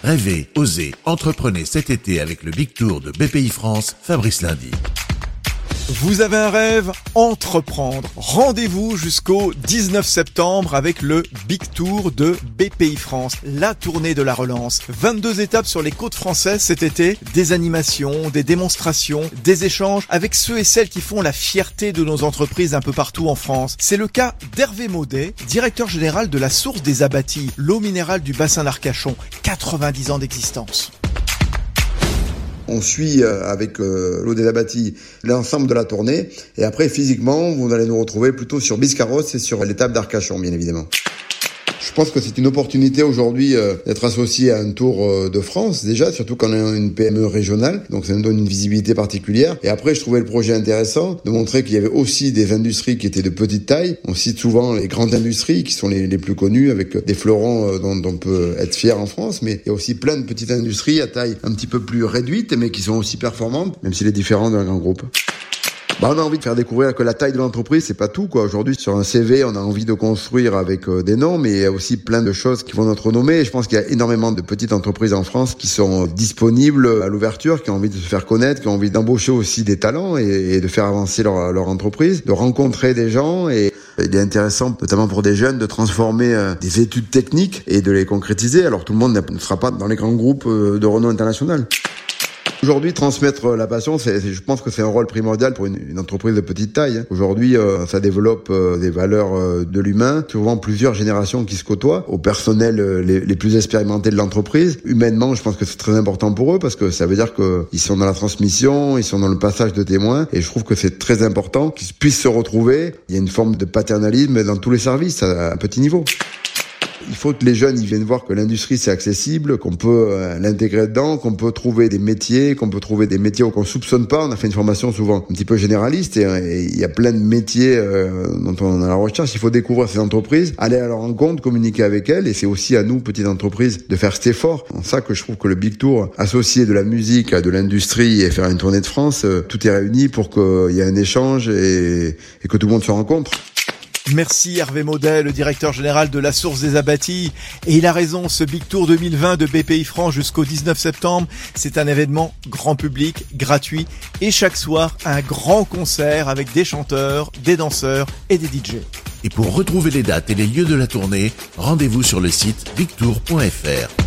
Rêvez, osez, entreprenez cet été avec le Big Tour de BPI France, Fabrice Lundy. Vous avez un rêve? Entreprendre. Rendez-vous jusqu'au 19 septembre avec le Big Tour de BPI France, la tournée de la relance. 22 étapes sur les côtes françaises cet été, des animations, des démonstrations, des échanges avec ceux et celles qui font la fierté de nos entreprises un peu partout en France. C'est le cas d'Hervé Maudet, directeur général de la Source des Abattis, l'eau minérale du bassin d'Arcachon, 90 ans d'existence. On suit avec l'eau des Abattis l'ensemble de la tournée. Et après, physiquement, vous allez nous retrouver plutôt sur Biscarrosse et sur l'étape d'Arcachon, bien évidemment. Je pense que c'est une opportunité aujourd'hui d'être associé à un Tour de France, déjà, surtout quand on est une PME régionale. Donc ça nous donne une visibilité particulière. Et après, je trouvais le projet intéressant de montrer qu'il y avait aussi des industries qui étaient de petite taille. On cite souvent les grandes industries qui sont les plus connues, avec des fleurons dont on peut être fier en France. Mais il y a aussi plein de petites industries à taille un petit peu plus réduite, mais qui sont aussi performantes, même s'il est différent d'un grand groupe. On a envie de faire découvrir que la taille de l'entreprise, c'est pas tout, quoi. Aujourd'hui, sur un CV, on a envie de construire avec des noms, mais il y a aussi plein de choses qui vont être nommées. Et je pense qu'il y a énormément de petites entreprises en France qui sont disponibles à l'ouverture, qui ont envie de se faire connaître, qui ont envie d'embaucher aussi des talents et de faire avancer leur entreprise, de rencontrer des gens. Et il est intéressant, notamment pour des jeunes, de transformer des études techniques et de les concrétiser. Alors tout le monde ne sera pas dans les grands groupes de renom international. Aujourd'hui, transmettre la passion, je pense que c'est un rôle primordial pour une entreprise de petite taille. Aujourd'hui, ça développe des valeurs de l'humain, souvent plusieurs générations qui se côtoient, au personnel les plus expérimentés de l'entreprise. Humainement, je pense que c'est très important pour eux parce que ça veut dire qu'ils sont dans la transmission, ils sont dans le passage de témoins, et je trouve que c'est très important qu'ils puissent se retrouver. Il y a une forme de paternalisme dans tous les services à un petit niveau. Il faut que les jeunes ils viennent voir que l'industrie c'est accessible, qu'on peut l'intégrer dedans, qu'on peut trouver des métiers, qu'on qu'on soupçonne pas. On a fait une formation souvent un petit peu généraliste et il y a plein de métiers dont on a la recherche. Il faut découvrir ces entreprises, aller à leur rencontre, communiquer avec elles, et c'est aussi à nous, petites entreprises, de faire cet effort. C'est ça que je trouve que le Big Tour, associé de la musique à de l'industrie et faire une tournée de France, tout est réuni pour qu'il y ait un échange et que tout le monde se rencontre. Merci Hervé Maudet, le directeur général de la Source des Abattis. Et il a raison, ce Big Tour 2020 de BPI France jusqu'au 19 septembre, c'est un événement grand public, gratuit, et chaque soir, un grand concert avec des chanteurs, des danseurs et des DJ. Et pour retrouver les dates et les lieux de la tournée, rendez-vous sur le site bigtour.fr.